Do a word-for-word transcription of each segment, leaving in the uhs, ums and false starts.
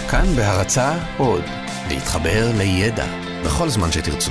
כאן בהרצאה עוד, להתחבר לידע בכל זמן שתרצו.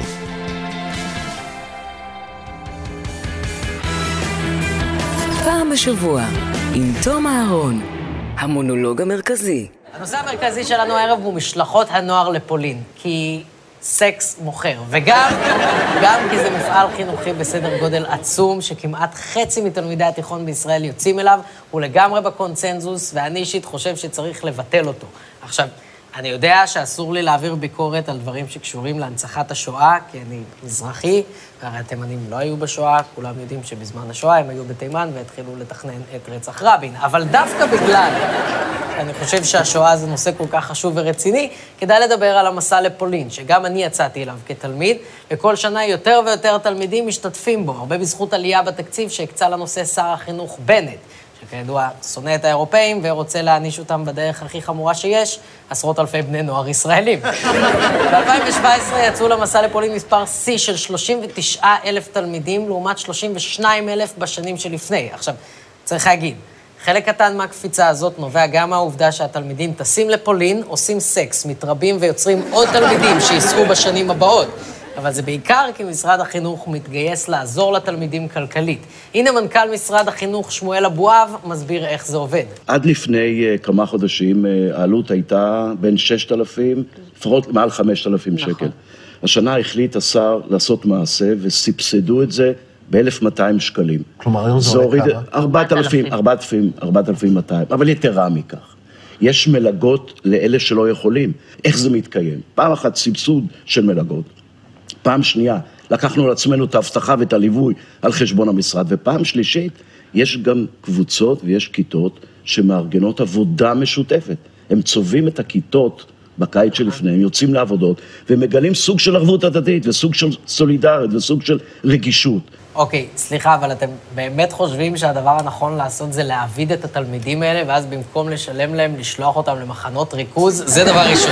פעם בשבוע עם תום אהרון, המונולוג המרכזי. הנושא המרכזי שלנו הערב הוא משלחות הנוער לפולין, כי סקס מוכר, וגם גם כי זה מפעל חינוכי בסדר גודל עצום, שכמעט חצי מתלמידי התיכון בישראל יוצאים אליו, הוא לגמרי בקונצנזוס, ואני אישית חושב שצריך לבטל אותו. עכשיו, אני יודע שאסור לי להעביר ביקורת על דברים שקשורים להנצחת השואה, כי אני מזרחי, והרי התימנים לא היו בשואה, כולם יודעים שבזמן השואה הם היו בתימן והתחילו לתכנן את רצח רבין. אבל דווקא בגלל, אני חושב שהשואה זה נושא כל כך חשוב ורציני, כדאי לדבר על המסע לפולין, שגם אני יצאתי אליו כתלמיד, וכל שנה יותר ויותר תלמידים משתתפים בו, הרבה בזכות עלייה בתקציב שהקצה לנושא שר החינוך בנט, שכידוע שונא את האירופאים ורוצה להעניש אותם בדרך הכי חמורה שיש, עשרות אלפי בני נוער ישראלים. ב-אלפיים שבע עשרה יצאו למסע לפולין מספר שיא של שלושים ותשעה אלף תלמידים, לעומת שלושים ושניים אלף בשנים שלפני. עכשיו, צריך להגיד, חלק קטן מהקפיצה הזאת נובע גם מהעובדה שהתלמידים טסים לפולין, עושים סקס, מתרבים ויוצרים עוד תלמידים שיסעו בשנים הבאות. אבל זה בעיקר כי משרד החינוך מתגייס לעזור לתלמידים כלכלית. הנה מנכ"ל משרד החינוך שמואל אבואב מסביר איך זה עובד. עד לפני uh, כמה חודשים uh, העלות הייתה בין ששת אלפים, לפחות מעל חמשת אלפים נכון. שקל. השנה החליט השר לעשות מעשה וסבסדו את זה ב-אלף ומאתיים שקלים. כלומר, היום זה הוריד כמה? ארבעת אלפים ומאתיים, אבל יתרה מכך. יש מלגות לאלה שלא יכולים. איך זה מתקיים? פעם אחת סבסוד של מלגות. פעם שנייה, לקחנו לעצמנו את ההבטחה ואת הליווי על חשבון המשרד, ופעם שלישית, יש גם קבוצות ויש כיתות שמארגנות עבודה משותפת. הם צובעים את הכיתות בקיץ שלפניהם, יוצאים לעבודות, ומגלים סוג של ערבות הדדית, וסוג של סולידריות, וסוג של רגישות. אוקיי, סליחה, אבל אתם באמת חושבים שהדבר הנכון לעשות זה להעביד את התלמידים האלה, ואז במקום לשלם להם, לשלוח אותם למחנות ריכוז? זה דבר ראשון.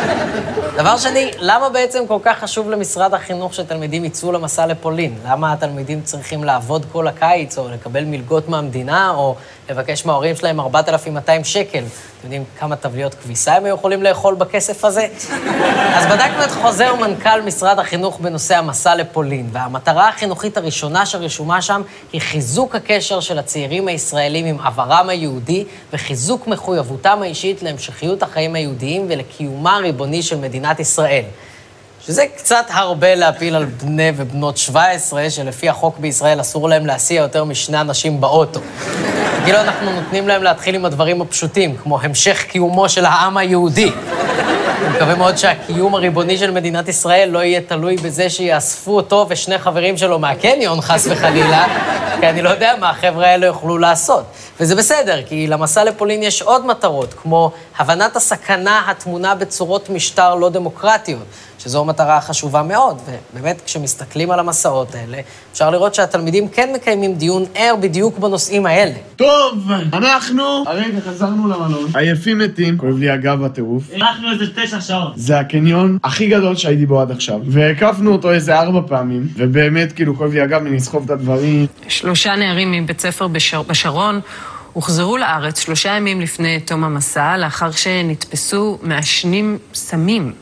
דבר שני, למה בעצם כל כך חשוב למשרד החינוך שתלמידים יצאו למסע לפולין? למה התלמידים צריכים לעבוד כל הקיץ, או לקבל מלגות מהמדינה, או לבקש מההורים שלהם ארבעת אלפים ומאתיים שקל? אתם יודעים כמה תבליות כביסה הם יכולים לאכול בכסף הזה? אז בדקנו את חוזר מנכ"ל משרד החינוך בנושא המסע לפולין, והמטרה החינוכית הראשונה שרשומה שם היא חיזוק הקשר של הצעירים הישראלים עם עברם היהודי, וחיזוק מחויבותם האישית להמשכיות החיים היהודיים ולקיומה הריבוני של מדינת ישראל. שזה קצת הרבה להפיל על בני ובנות שבע עשרה, שלפי החוק בישראל אסור להם להסיע יותר משני אנשים באוטו. כאילו אנחנו נותנים להם להתחיל עם הדברים הפשוטים, כמו המשך קיומו של העם היהודי. אני מקווה מאוד שהקיום הריבוני של מדינת ישראל לא יהיה תלוי בזה שיאספו אותו ושני חברים שלו מהקניון, חס וחלילה, כי אני לא יודע מה החבר'ה האלה יוכלו לעשות. וזה בסדר, כי למסע לפולין יש עוד מטרות, כמו הבנת הסכנה התמונה בצורות משטר לא דמוקרטיות, שזו מטרה חשובה מאוד, ובאמת כשמסתכלים על המסעות האלה, אפשר לראות שהתלמידים כן מקיימים דיון ער בדיוק בנושאים האלה. טוב, אנחנו הרגע חזרנו למלון, עייפים מתים, כואב לי הגב הטירוף. הלכנו איזה תשע שעות. זה הקניון הכי גדול שהייתי בו עד עכשיו, והקפנו אותו איזה ארבע פעמים, ובאמת כאילו כואב לי הגב מלסחוב את הדברים. שלושה נערים מבית ספר בשר... בשרון הוחזרו לארץ שלושה ימים לפני תום המסע, לאחר שנתפסו מעשנים סמים.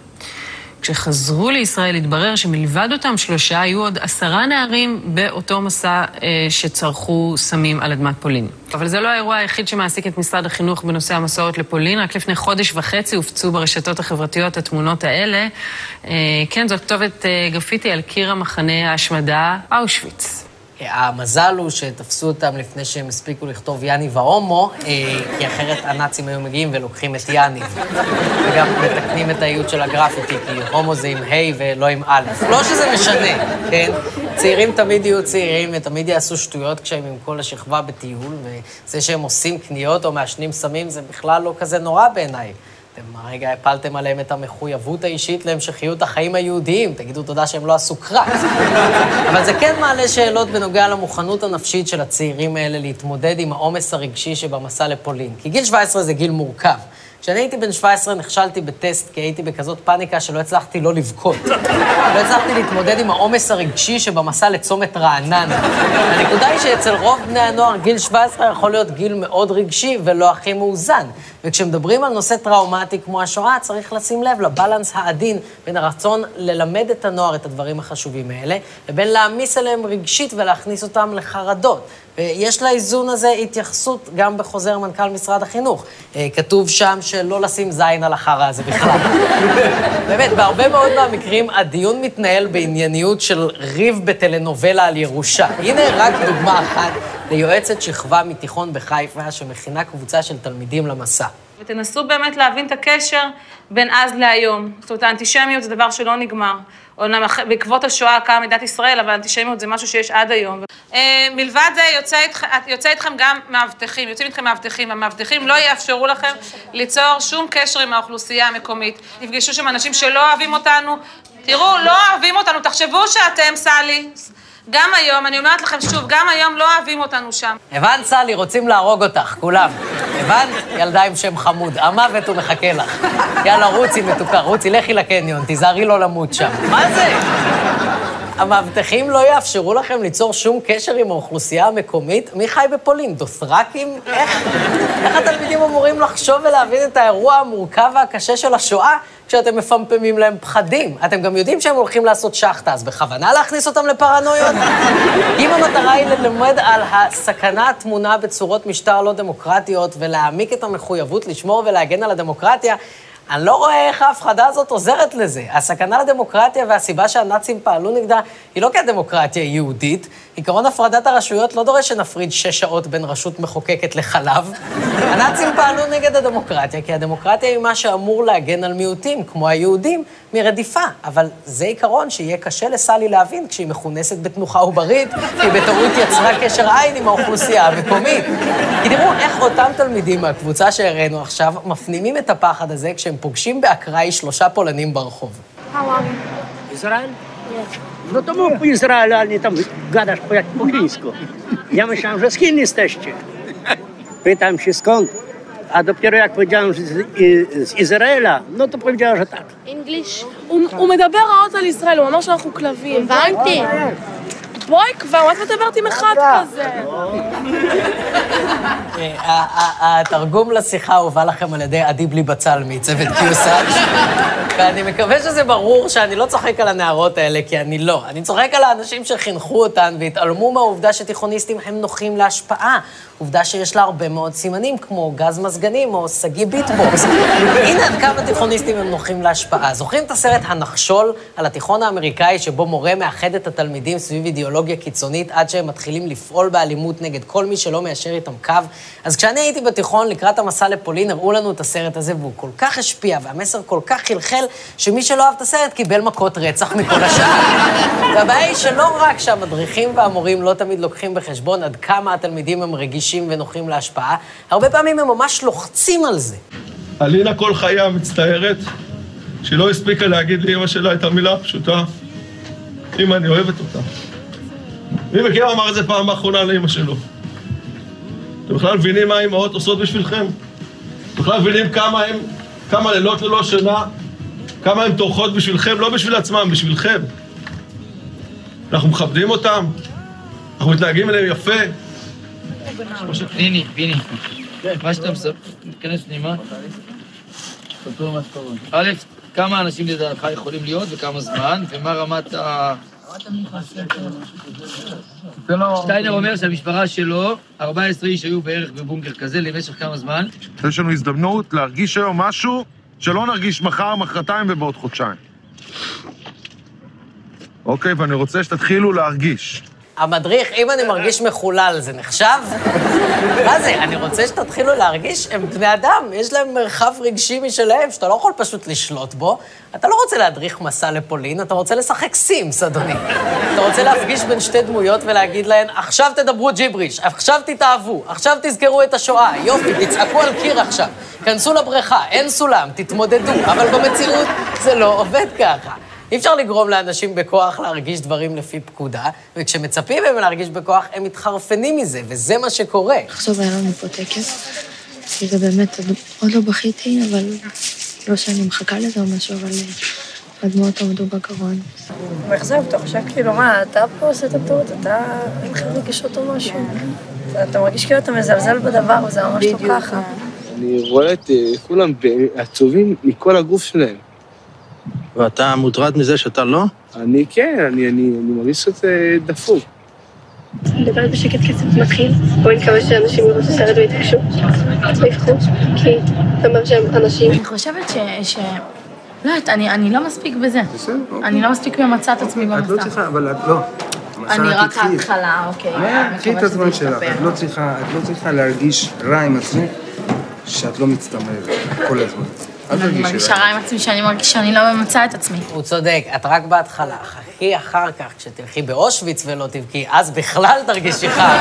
כשחזרו לישראל התברר שמלבד אותם שלושה היו עוד עשרה נערים באותו מסע אה, שצרכו סמים על אדמת פולין. אבל זה לא האירוע היחיד שמעסיק את משרד החינוך בנושא המסעות לפולין. רק לפני חודש וחצי הופצו ברשתות החברתיות התמונות האלה. אה, כן, זאת כתובת אה, גרפיטי על קיר המחנה ההשמדה אושוויץ. המזל הוא שתפסו אותם לפני שהם הספיקו לכתוב יאני והומו, כי אחרת הנאצים היו מגיעים ולוקחים את יאני. וגם מתקנים את האיות של הגרפיטי, כי הומו זה עם ה' ולא עם א'. לא שזה משנה, כן? צעירים תמיד יהיו צעירים ותמיד יעשו שטויות כשהם עם כל השכבה בטיול, וזה שהם עושים קניות או מעשנים סמים זה בכלל לא כזה נורא בעיניי. אתם הרגע הפלתם עליהם את המחויבות האישית להמשכיות החיים היהודיים. תגידו תודה שהם לא עשו קרק. אבל זה כן מעלה שאלות בנוגע למוכנות הנפשית של הצעירים האלה להתמודד עם העומס הרגשי שבמסע לפולין. כי גיל שבע עשרה זה גיל מורכב. כשאני הייתי בן שבע עשרה נכשלתי בטסט כי הייתי בכזאת פאניקה שלא הצלחתי לא לבכות. לא הצלחתי להתמודד עם העומס הרגשי שבמסע לצומת רעננה. הנקודה היא שאצל רוב בני הנוער גיל שבע עשרה יכול להיות גיל מאוד רגשי ולא הכי מאוזן. וכשמדברים על נושא טראומטי כמו השואה, צריך לשים לב לבלנס העדין בין הרצון ללמד את הנוער את הדברים החשובים האלה, לבין להעמיס עליהם רגשית ולהכניס אותם לחרדות. ויש לאיזון הזה התייחסות גם בחוזר מנכ"ל משרד החינוך. כתוב שם שלא לשים זין על החרא הזה בכלל. באמת, בהרבה מאוד מהמקרים הדיון מתנהל בענייניות של ריב בטלנובלה על ירושה. הנה רק דוגמה אחת ליועצת שכבה מתיכון בחיפה שמכינה קבוצה של תלמידים למסע. ותנסו באמת להבין את הקשר בין אז להיום. זאת אומרת, האנטישמיות זה דבר שלא נגמר. בעקבות השואה קמה מדינת ישראל, אבל האנטישמיות זה משהו שיש עד היום. מלבד זה יוצא איתכם גם מאבטחים, יוצאים איתכם מאבטחים. המאבטחים לא יאפשרו לכם ליצור שום קשר עם האוכלוסייה המקומית. תפגשו שם אנשים שלא אוהבים אותנו. תראו, לא אוהבים אותנו. תחשבו שאתם, סלי, גם היום, אני אומרת לכם שוב, גם היום לא אוהבים אותנו שם. הבנת, סלי, רוצים להרוג אותך, כולם. הבנת? ילדה עם שם חמוד. המוות הוא מחכה לך. יאללה, רוצי מתוקה, רוצי, לכי לקניון, תיזהרי לא למות שם. מה זה? המאבטחים לא יאפשרו לכם ליצור שום קשר עם האוכלוסייה המקומית? מי חי בפולין? דות'רקים? איך? איך התלמידים אמורים לחשוב ולהבין את האירוע המורכב והקשה של השואה כשאתם מפמפמים להם פחדים? אתם גם יודעים שהם הולכים לעשות שחטה, אז בכוונה להכניס אותם לפרנויות? אם המטרה היא ללמד על הסכנה התמונה בצורות משטר לא דמוקרטיות ולהעמיק את המחויבות לשמור ולהגן על הדמוקרטיה, אני לא רואה איך ההפחדה הזאת עוזרת לזה. הסכנה לדמוקרטיה והסיבה שהנאצים פעלו נגדה היא לא כדמוקרטיה יהודית. עיקרון הפרדת הרשויות לא דורש שנפריד שש שעות בין רשות מחוקקת לחלב. הנאצים פעלו נגד הדמוקרטיה, כי הדמוקרטיה היא מה שאמור להגן על מיעוטים, כמו היהודים, מרדיפה. אבל זה עיקרון שיהיה קשה לסלי להבין כשהיא מכונסת בתנוחה עוברית, כי בטעות יצרה קשר עין עם האוכלוסייה המקומית. כי תראו איך אותם תלמידים מהקבוצה שהראינו עכשיו מפנימים את הפחד הזה כשהם pogrzim באקראי שלושה פולנים ברחוב. Izrael? No to mów po Izraelu, ale nie tam gadasz po jak po chińsku. Ja myślałem, że z Chin jesteście. Pytam się skąd, a dopiero jak powiedziałem, że z, z Izraela, no to powiedziała, że tak. English. הוא מדבר רעות על ישראל, הוא אמר שאנחנו כלבים. הבנתי. בואי כבר, מה את מדברת עם אחד כזה? התרגום לשיחה הובא לכם על ידי עדי בלי בצל מצוות קיוסאג' ואני מקווה שזה ברור שאני לא צוחק על הנערות האלה, כי אני לא. אני צוחק על האנשים שחינכו אותן והתעלמו מהעובדה שתיכוניסטים הם נוחים להשפעה. עובדה שיש לה הרבה מאוד סימנים, כמו גז מזגנים או סגי ביטבוקס. הנה עד כמה תיכוניסטים הם נוחים להשפעה. זוכרים את הסרט הנחשול על התיכון האמריקאי, שבו מורה מאחד את התלמידים סביב אידיאולוגיה קיצונית עד שהם מתחילים לפעול באלימות נגד כל מי שלא מיישר איתם קו? אז כשאני הייתי בתיכון לקראת המסע לפולין, הראו לנו את הסרט הזה, והוא כל כך השפיע, והמסר כל כך חלחל, שמי שלא אהב את הסרט קיבל מכות רצח מכל השאר. והבעיה היא שלא רק שהמדריכים והמורים לא תמיד לוקחים בחשבון עד כמה התלמידים הם רגישים ונוחים להשפעה, הרבה פעמים הם ממש לוחצים על זה. אלינה כל חייה מצטערת שהיא לא הספיקה להגיד לאמא שלה את המילה הפשוטה, אמא, אני אוהבת אותה. מי מכיר אמר את זה פעם האחרונה לאמא שלו? אתם בכלל מבינים מה האמהות עושות בשבילכם? אתם בכלל מבינים כמה הם, כמה לילות ללא שינה, כמה הם טורחות בשבילכם, לא בשביל עצמם, בשבילכם. אנחנו מכבדים אותם, אנחנו מתנהגים אליהם יפה. פיני, פיני, מה שאתה מתכנס פנימה? א', כמה אנשים לדעתך יכולים להיות וכמה זמן, ומה רמת ה... שטיינר אומר שהמשפחה שלו, ארבעה עשר איש היו בערך בבונקר כזה למשך כמה זמן. יש לנו הזדמנות להרגיש היום משהו שלא נרגיש מחר, מחרתיים ובעוד חודשיים. אוקיי, ואני רוצה שתתחילו להרגיש. המדריך, אם אני מרגיש מחולל, זה נחשב? מה זה? אני רוצה שתתחילו להרגיש, הם בני אדם, יש להם מרחב רגשי משלהם, שאתה לא יכול פשוט לשלוט בו. אתה לא רוצה להדריך מסע לפולין, אתה רוצה לשחק סימס, אדוני. אתה רוצה להפגיש בין שתי דמויות ולהגיד להן, עכשיו תדברו ג'יבריש, עכשיו תתאהבו, עכשיו תזכרו את השואה, יופי, תצעקו על קיר עכשיו, כנסו לבריכה, אין סולם, תתמודדו, אבל במציאות זה לא עובד ככה. אי אפשר לגרום לאנשים בכוח להרגיש דברים לפי פקודה, וכשמצפים הם להרגיש בכוח, הם מתחרפנים מזה, וזה מה שקורה. עכשיו היה לנו פה טקס, כי זה באמת, עוד לא בכיתי, אבל לא שאני מחכה לזה או משהו, אבל הדמות עמדו בגרון. הוא החזב אותו, עכשיו כאילו, מה, אתה פה עושה את הטעות, אתה עם חלק רגישות או משהו. אתה מרגיש כאילו אתה מזלזל בדבר, וזה ממש לא ככה. אני רואה את כולם עצובים מכל הגוף שלהם. ואתה מוטרד מזה שאתה לא? אני כן, אני, אני, אני מרגיש שזה דפוק. לדבר בשקט כסף מתחיל, בואי נקווה שאנשים יראו את הסרט ויתקשו, ויפחו, כי זה אומר שהם אנשים. אני חושבת ש... לא, אני לא מספיק בזה. אני לא מספיק ממצא את עצמי במסע. את לא צריכה, אבל את לא. אני רק ההתחלה, אוקיי. קחי את הזמן שלך, את לא צריכה להרגיש רע עם עצמי שאת לא מצטמרת כל הזמן. אני מרגישה רע עם עצמי שאני מרגיש שאני לא ממצא את עצמי. הוא צודק, את רק בהתחלה. חכי אחר כך, כשתלכי באושוויץ ולא תבכי, אז בכלל תרגישי חר.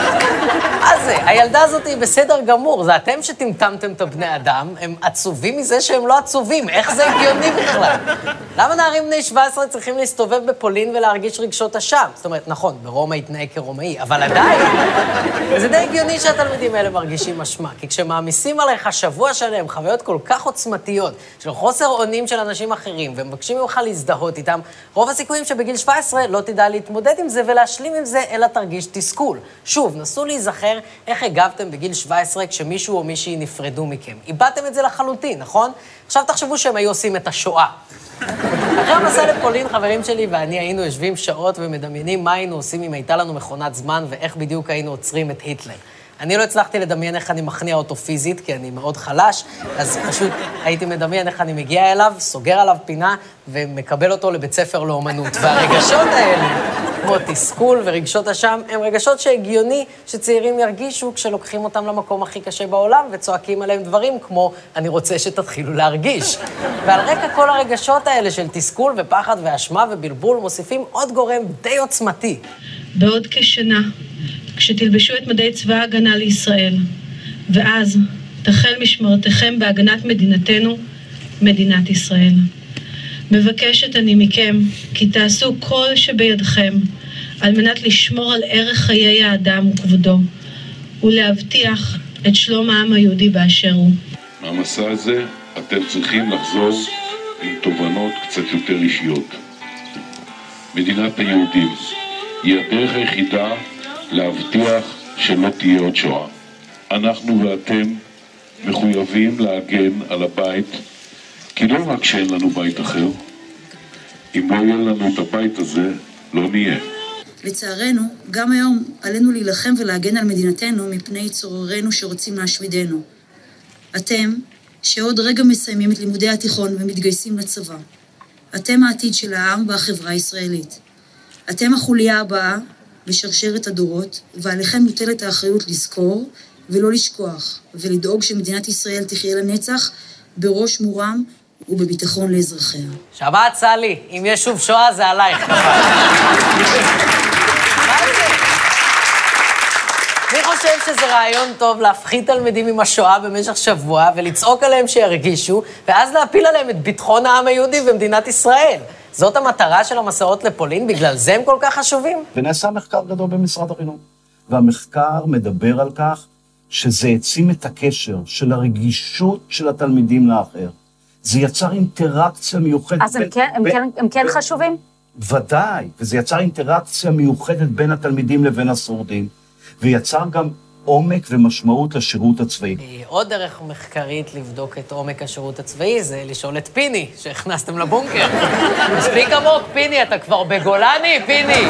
מה זה? הילדה הזאת היא בסדר גמור, זה אתם שטמטמתם את הבני אדם, הם עצובים מזה שהם לא עצובים, איך זה הגיוני בכלל? למה נערים בני שבע עשרה צריכים להסתובב בפולין ולהרגיש רגשות אשם? זאת אומרת, נכון, ברומא יתנהג כרומאי, אבל עדיין, זה די הגיוני שהתלמידים האלה מרגישים אשמה, כי כשמעמיסים עליך שבוע שלהם חוויות כל כך עוצמתיות, של חוסר אונים של אנשים אחרים, ומבקשים ממך להזדהות איתם, רוב הסיכויים שבגיל שבע עשרה לא תדע להתמודד עם זה ולהשלים עם זה, אלא תרגיש תסכול. שוב, נסו להיזכר איך הגבתם בגיל שבע עשרה כשמישהו או מישהי נפרדו מכם. איבדתם את זה לחלוטין, נכון? עכשיו תחשבו שהם היו עושים את השואה. אחרי המסע לפולין, חברים שלי ואני היינו יושבים שעות ומדמיינים מה היינו עושים אם הייתה לנו מכונת זמן ואיך בדיוק היינו עוצרים את היטלר. אני לא הצלחתי לדמיין איך אני מכניע אותו פיזית, כי אני מאוד חלש, אז פשוט הייתי מדמיין איך אני מגיע אליו, סוגר עליו פינה, ומקבל אותו לבית ספר לאומנות. והרגשות האלה, כמו תסכול ורגשות אשם, הם רגשות שהגיוני שצעירים ירגישו כשלוקחים אותם למקום הכי קשה בעולם, וצועקים עליהם דברים כמו, אני רוצה שתתחילו להרגיש. ועל רקע כל הרגשות האלה של תסכול ופחד ואשמה ובלבול, מוסיפים עוד גורם די עוצמתי. בעוד כשנה, כשתלבשו את מדי צבא ההגנה לישראל, ואז תחל משמרתכם בהגנת מדינתנו, מדינת ישראל. מבקשת אני מכם, כי תעשו כל שבידכם, על מנת לשמור על ערך חיי האדם וכבודו, ולהבטיח את שלום העם היהודי באשר הוא. מהמסע הזה אתם צריכים לחזור עם תובנות קצת יותר אישיות. מדינת היהודים היא הדרך היחידה להבטיח שלא תהיה עוד שואה. אנחנו ואתם מחויבים להגן על הבית, כי לא רק שאין לנו בית אחר, אם לא יהיה לנו את הבית הזה, לא נהיה. לצערנו, גם היום עלינו להילחם ולהגן על מדינתנו מפני צוררינו שרוצים להשמידנו. אתם, שעוד רגע מסיימים את לימודי התיכון ומתגייסים לצבא. אתם העתיד של העם והחברה הישראלית. אתם החוליה הבאה בשרשרת הדורות, ועליכם מוטלת האחריות לזכור ולא לשכוח, ולדאוג שמדינת ישראל תחיה לנצח בראש מורם ובביטחון לאזרחיה. שבת, סלי, אם יש שוב שואה זה עלייך. אני חושב שזה רעיון טוב להפחית תלמידים עם השואה במשך שבוע ולצעוק עליהם שירגישו, ואז להפיל עליהם את ביטחון העם היהודי ומדינת ישראל. זאת המטרה של המסעות לפולין, בגלל זה הם כל כך חשובים? ונעשה מחקר גדול במשרד החינוך, והמחקר מדבר על כך שזה העצים את הקשר של הרגישות של התלמידים לאחר. זה יצר אינטראקציה מיוחדת. אז הם כן, הם כן, הם כן חשובים? ודאי, וזה יצר אינטראקציה מיוחדת בין התלמידים לבין השורדים, ויצר גם עומק ומשמעות לשירות הצבאי. עוד דרך מחקרית לבדוק את עומק השירות הצבאי זה לשאול את פיני, שהכנסתם לבונקר. מספיק עמוק, פיני, אתה כבר בגולני, פיני.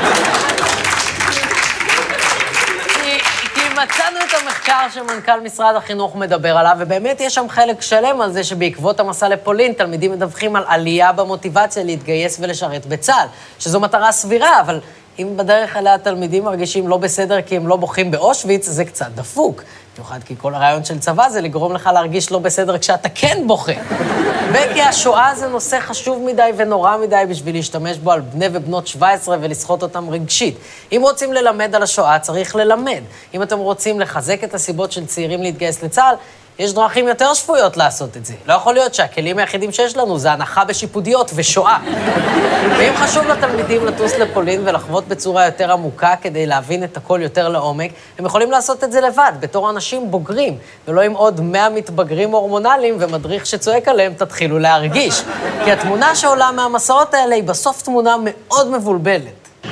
כי מצאנו את המחקר שמנכ"ל משרד החינוך מדבר עליו, ובאמת יש שם חלק שלם על זה שבעקבות המסע לפולין, תלמידים מדווחים על עלייה במוטיבציה להתגייס ולשרת בצה"ל, שזו מטרה סבירה, אבל אם בדרך אליה התלמידים מרגישים לא בסדר כי הם לא בוכים באושוויץ, זה קצת דפוק. במיוחד כי כל הרעיון של צבא זה לגרום לך להרגיש לא בסדר כשאתה כן בוכה. וכי השואה זה נושא חשוב מדי ונורא מדי בשביל להשתמש בו על בני ובנות שבע עשרה ולסחוט אותם רגשית. אם רוצים ללמד על השואה, צריך ללמד. אם אתם רוצים לחזק את הסיבות של צעירים להתגייס לצה"ל, יש דרכים יותר שפויות לעשות את זה. לא יכול להיות שהכלים היחידים שיש לנו זה הנחה בשיפודיות ושואה. ואם חשוב לתלמידים לטוס לפולין ולחוות בצורה יותר עמוקה כדי להבין את הכל יותר לעומק, הם יכולים לעשות את זה לבד, בתור אנשים בוגרים, ולא עם עוד מאה מתבגרים הורמונליים ומדריך שצועק עליהם תתחילו להרגיש. כי התמונה שעולה מהמסעות האלה היא בסוף תמונה מאוד מבולבלת.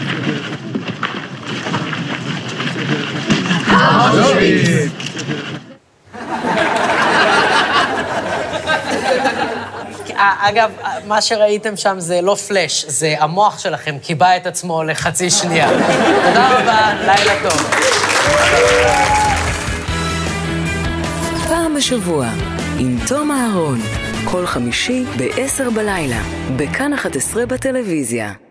אגב, מה שראיתם שם זה לא פלאש, זה המוח שלכם קיבע את עצמו לחצי שנייה. תודה רבה, לילה טוב. פעם בשבוע, עם תום אהרון, כל חמישי בעשר בלילה, בכאן אחת עשרה בטלוויזיה.